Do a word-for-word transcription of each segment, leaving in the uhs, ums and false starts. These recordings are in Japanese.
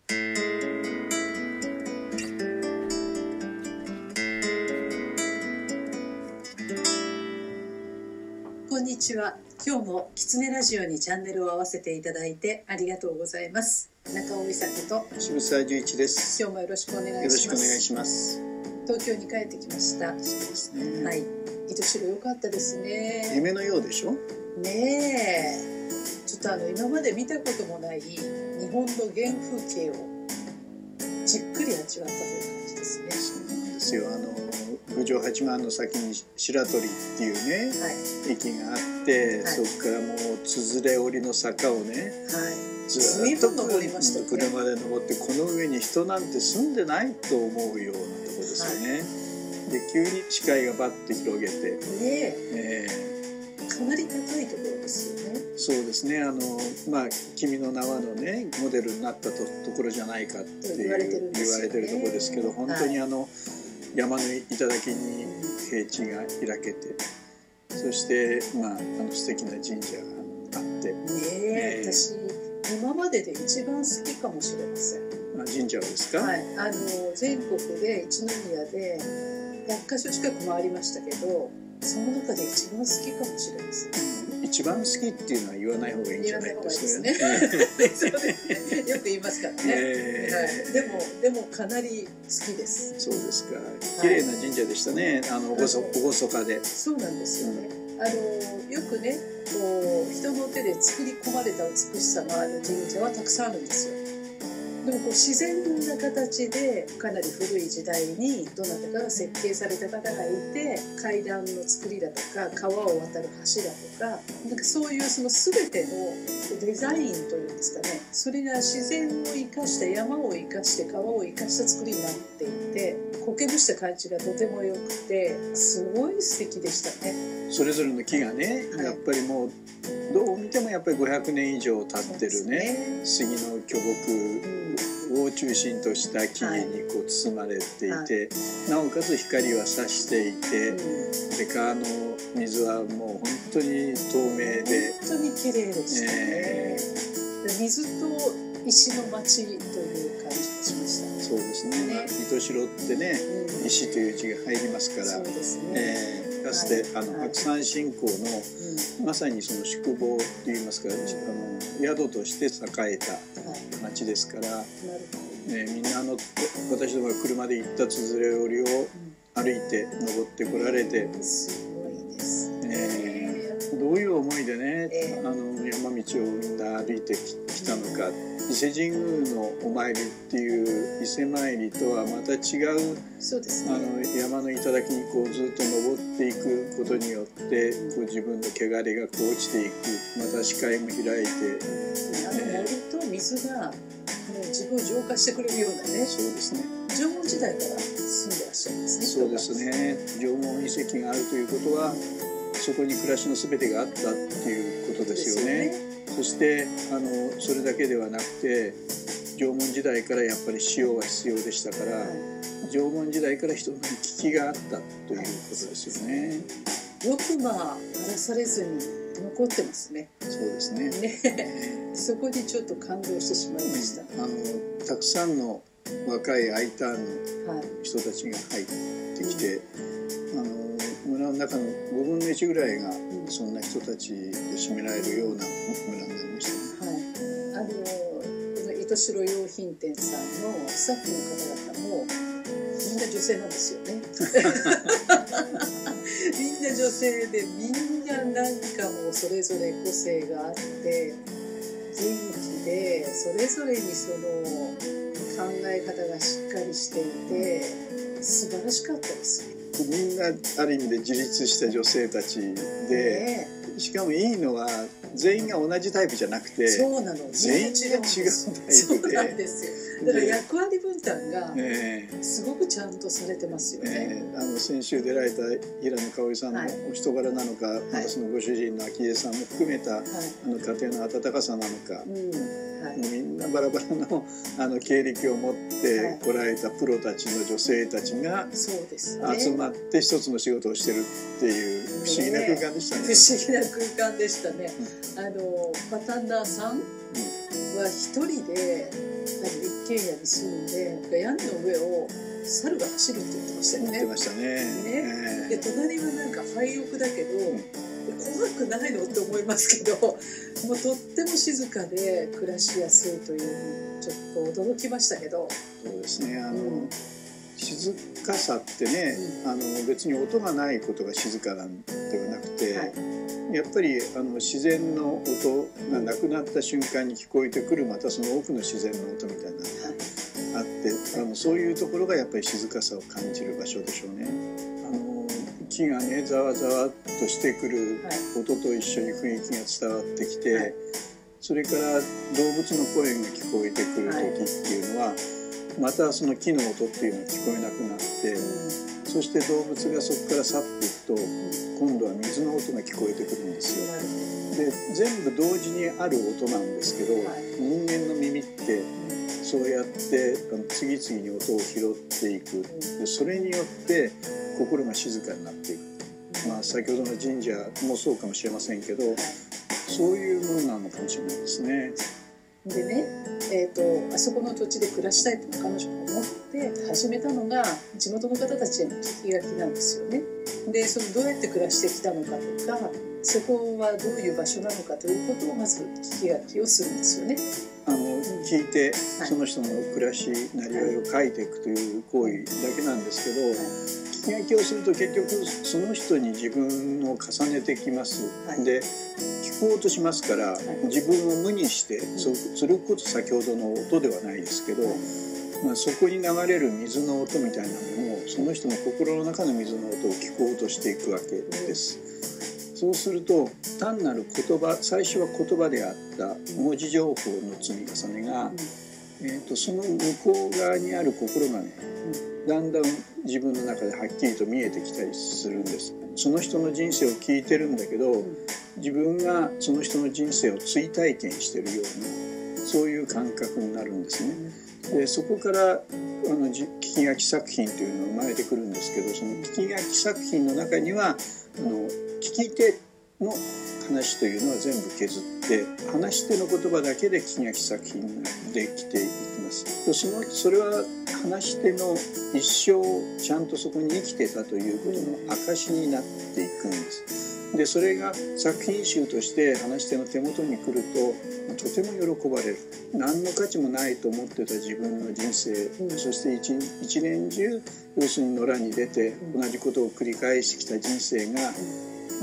こんにちは。今日もキツネラジオにチャンネルを合わせていただいてありがとうございます。中尾美咲と渋沢十一です。 今日もよろしくお願いします。 よろしくお願いします。 東京に帰ってきました。 そうですね。 はい。糸代良かったですね。 夢のようでしょ。 ねえ。ちょっとあの今まで見たこともない日本の原風景をじっくり味わったという感じですね。 そうなんですよ。あの郡上八幡の先に白鳥っていうね、はい、駅があって、はい、そこからもうつづれ折りの坂をね、はい、ずっと登りましたね。車で登ってこの上に人なんて住んでないと思うようなところですよね。はい、で急に視界がバッと広げて、ねええー、かなり高いところですよね。 そうですね。あのまあ君の名はのねモデルになったと, ところじゃないかっていう言われてるんですよね。言われてるところですけど、本当にあの、はい、山の頂に平地が開けて、そしてまああの素敵な神社があって、ねえ、えー、私今までで一番好きかもしれません。 あ、神社ですか？ はい、あの全国で一宮でひゃっかしょ近く回りましたけど、その中で一番好きかもしれません。 一番好きっていうのは言わない方がいいんじゃないですかね。 そうですね。よく言いますからね。えーはい、でもでもかなり好きです。 そうですか。綺麗な神社でしたね。あの厳かで。 そうなんですよね。うん、あのよくね、こう人の手で作り込まれた美しさのある神社はたくさんあるんですよ。でもこう自然な形でかなり古い時代にどなたかが設計された方がいて、階段の作りだとか川を渡る橋だとか、なんかそういうその全てのデザインというんですかね、それが自然を生かした山を生かして川を生かした作りになっていて、苔むした感じがとても良くてすごい素敵でしたね。 それぞれの木がね、はい、やっぱりもうどう見てもやっぱりごひゃくねん以上経ってるね、ね杉の巨木を中心とした木々にこう包まれていて、はい、なおかつ光は差していて、うん、で川の水はもう本当に透明で本当に綺麗でしたね、えー、水と石の町という感じがしました。 そうですね。ね、糸代ってね、うん、石という字が入りますから、 そうですね。 えーかつて、はい、あの白山信仰の、うん、まさにその宿坊といいますか、うん、あの宿として栄えた町ですから、はい、ね、みんなあの私どもが車で行ったつづれ折りを歩いて登ってこられて、 うん、すごいですね、 えー、どういう思いでね、えー、あの山道をみんな歩いてきたのか、うん、伊勢神宮のお参りっていう伊勢参りとはまた違う、 そうですね、 あの山の頂にこうずっと登っていくことによってこう自分の汚れがこう落ちていく、また視界も開いて、 あの森と水がもう自分を浄化してくれるようなね。 そうですね。 縄文時代から住んでらっしゃるんですね。 そうですね。縄文遺跡があるということはそこに暮らしのすべてがあったっていうことですよね。そしてあのそれだけではなくて縄文時代からやっぱり塩は必要でしたから、はい、縄文時代から人の行き来があったということですよね。 よくまあ荒らされずに残ってますね。 そうですね。 ねそこにちょっと感動してしまいました。 あのたくさんの若い I ターンの人たちが入ってきて、はい、あの村の中のごぶんのいちぐらいがそんな人たちで占められるような村になりましたね。 はい、あの糸代用品店さんのスタッフの方々もみんな女性なんですよね。みんな女性でみんななんかもうそれぞれ個性があって元気で、それぞれにその考え方がしっかりしていて素晴らしかったですね。 みんなある意味で自立した女性たちで、ね、しかもいいのは全員が同じタイプじゃなくて、 そうなの、 全員が違うタイプで、 そうなんですよ。だから役割分担がすごくちゃんとされてますよね。 えー、あの先週出られた平野香織さんのお人柄なのか、はい、またそのご主人の昭恵さんも含めた、はい、あの家庭の温かさなのか、うん、はい、みんなバラバラの、あの経歴を持ってこられたプロたちの女性たちが集まって一つの仕事をしてるっていう不思議な空間でしたね。 不思議な空間でしたね。うん、あのパタンナーさんは一人で一軒家に住んで、屋根の上を猿が走るって言ってましたよね。 言ってましたね。 ね、で隣はなんか廃屋だけど、うん、怖くないのって思いますけど、もうとっても静かで暮らしやすいというのにちょっと驚きましたけど。 そうですね、あの、うん、静かさってね、うん、あの別に音がないことが静かなんではなくて、はい、やっぱりあの自然の音がなくなった瞬間に聞こえてくる、またその奥の自然の音みたいなのがあって、あのそういうところがやっぱり静かさを感じる場所でしょうね。あの木がねざわざわっとしてくる音と一緒に雰囲気が伝わってきて、はい、それから動物の声が聞こえてくる時っていうのは、はい、またその木の音っていうのが聞こえなくなって、うん、そして動物がそこから去っていくと、うん、今度は水の音が聞こえてくるんですよ。で全部同時にある音なんですけど、はい、人間の耳ってそうやって次々に音を拾っていく。でそれによって心が静かになっていく。まあ先ほどの神社もそうかもしれませんけど、そういうものなのかもしれないですね。 でね、えーと、あそこの土地で暮らしたいと彼女が思って始めたのが地元の方たちへの聞き書きなんですよね。でそのどうやって暮らしてきたのかとか、そこはどういう場所なのかということをまず聞き書きをするんですよね。 あの聞いて、はい、その人の暮らしなりわいを書いていくという行為だけなんですけど、はい、聞き書きをすると結局その人に自分を重ねてきます、はい、で聞こうとしますから、はい、自分を無にして、うん、そそれこそ先ほどの音ではないですけど、はい、まあ、そこに流れる水の音みたいなものをその人の心の中の水の音を聞こうとしていくわけです。そうすると単なる言葉、最初は言葉であった文字情報の積み重ねが、うん、えーと、その向こう側にある心がね、うん、だんだん自分の中ではっきりと見えてきたりするんです。その人の人生を聞いてるんだけど、うん、自分がその人の人生を追体験してるような、そういう感覚になるんですね。でそこからあの聞き書き作品というのが生まれてくるんですけど、その聞き書き作品の中にはあの聞き手の話というのは全部削って話し手の言葉だけで聞き書き作品ができていきます。そのそれは話し手の一生ちゃんとそこに生きてたということの証になっていくんです。でそれが作品集として話し手の手元に来るととても喜ばれる。何の価値もないと思ってた自分の人生、うん、そして一, 一年中要するに野良に出て同じことを繰り返してきた人生が、うん、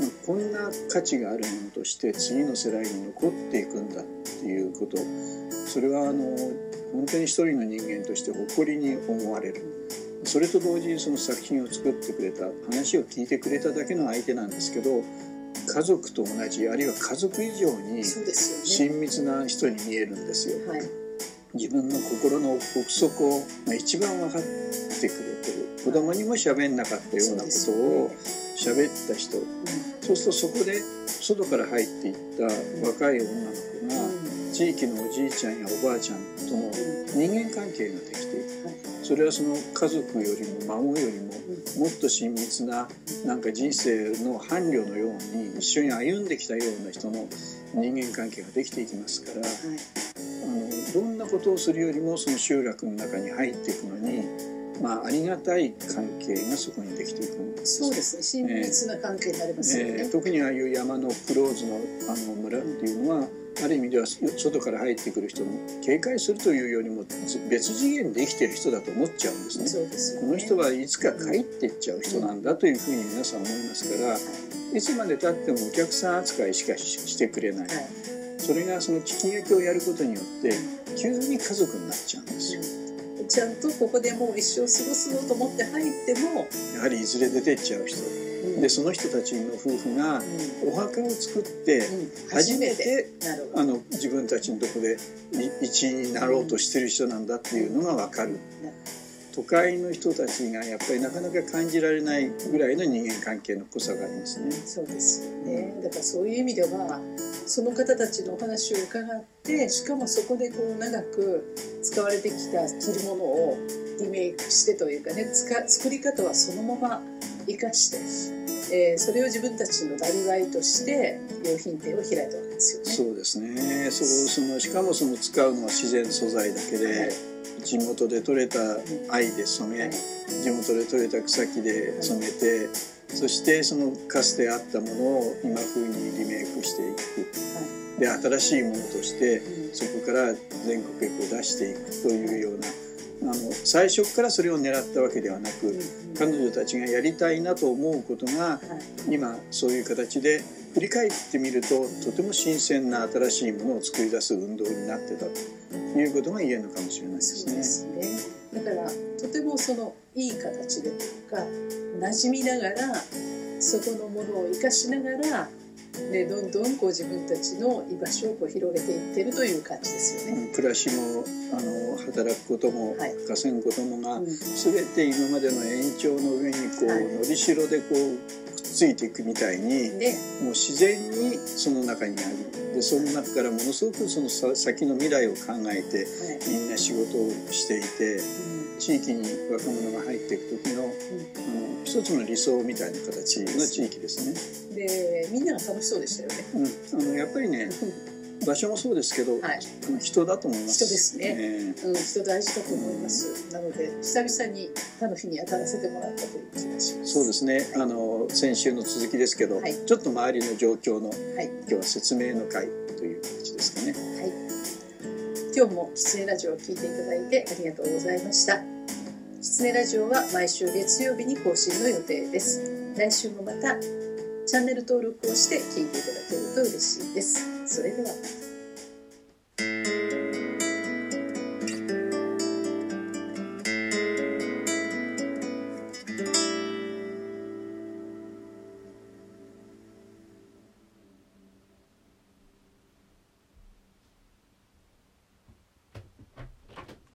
こんな価値があるものとして次の世代に残っていくんだっていうこと、それはあの本当に一人の人間として誇りに思われる。それと同時にその作品を作ってくれた、話を聞いてくれただけの相手なんですけど、家族と同じ、あるいは家族以上に親密な人に見えるんですよ。はい、自分の心の奥底を一番分かってくれてる。子供にも喋んなかったようなことを喋った人、うん、そうするとそこで外から入っていった若い女の子が、うん、地域のおじいちゃんやおばあちゃんとの人間関係ができていく。はい、それはその家族よりも孫よりももっと親密な、なんか人生の伴侶のように一緒に歩んできたような人の人間関係ができていきますから、はい、あのどんなことをするよりもその集落の中に入っていくのに、まあ、ありがたい関係がそこにできていくんです。 そうですね、親密な関係になりますよね。えーえー、 特にああいう山のクローズの、あの村っていうのは、ある意味では外から入ってくる人も警戒するというよりも別次元で生きてる人だと思っちゃうんですね。 そうですよね。 この人はいつか帰っていっちゃう人なんだというふうに皆さん思いますから、いつまでたってもお客さん扱いしかしてくれない、はい、それがその聞き書きをやることによって急に家族になっちゃうんですよ。 ちゃんとここでもう一生過ごすのと思って入ってもやはりいずれ出てっちゃう人、うん、でその人たちの夫婦がお墓を作って初めて、うん、あの自分たちのとこで一員になろうとしてる人なんだっていうのが分かる、うん、都会の人たちがやっぱりなかなか感じられないぐらいの人間関係の濃さがありますね。 そうですよね。だからそういう意味ではその方たちのお話を伺って、しかもそこでこう長く使われてきた着るものをリメイクしてというかね、つか作り方はそのまま生かして、えー、それを自分たちのなりわいとして用品店を開いたわけですよね。 そうですね。そうそのしかもその使うのは自然素材だけで、はい、 地元で採れた藍で染め、はい、地元で採れた草木で染めて、はい、そしてそのかつてあったものを今風にリメイクしていく、はい、で新しいものとして、うん、そこから全国へこう出していくというような、あの最初からそれを狙ったわけではなく、うん、彼女たちがやりたいなと思うことが、はい、今そういう形で振り返ってみるととても新鮮な新しいものを作り出す運動になってたということが言えるのかもしれないですね。 そうですね。だからとてもそのいい形でとか馴染みながらそこのものを生かしながら、ね、どんどんこう自分たちの居場所をこう広げていってるという感じですよね。 暮らしもあの働くことも、はい、稼ぐこともが、うん、全て今までの延長の上にこう、はい、のりしろでこうくっついていくみたいに、ね、もう自然にその中にあり、でその中からものすごくその先の未来を考えて、はい、みんな仕事をしていて、うん、地域に若者が入っていく時の、うん、あの一つの理想みたいな形の地域ですね。 でみんなが楽しそうでしたよね。 うん、あのやっぱりね場所もそうですけど、はい、人だと思います。 人ですね、えーうん、人大事だと思います。なので久々に他の日に当たらせてもらったという気がします。 そうですね、あの先週の続きですけど、はい、ちょっと周りの状況の、はい、今日は説明の会という形ですかね。 はい、今日もキツネラジオを聞いていただいてありがとうございました。キツネラジオは毎週月曜日に更新の予定です。来週もまたチャンネル登録をして聞いていただけると嬉しいです。それでは。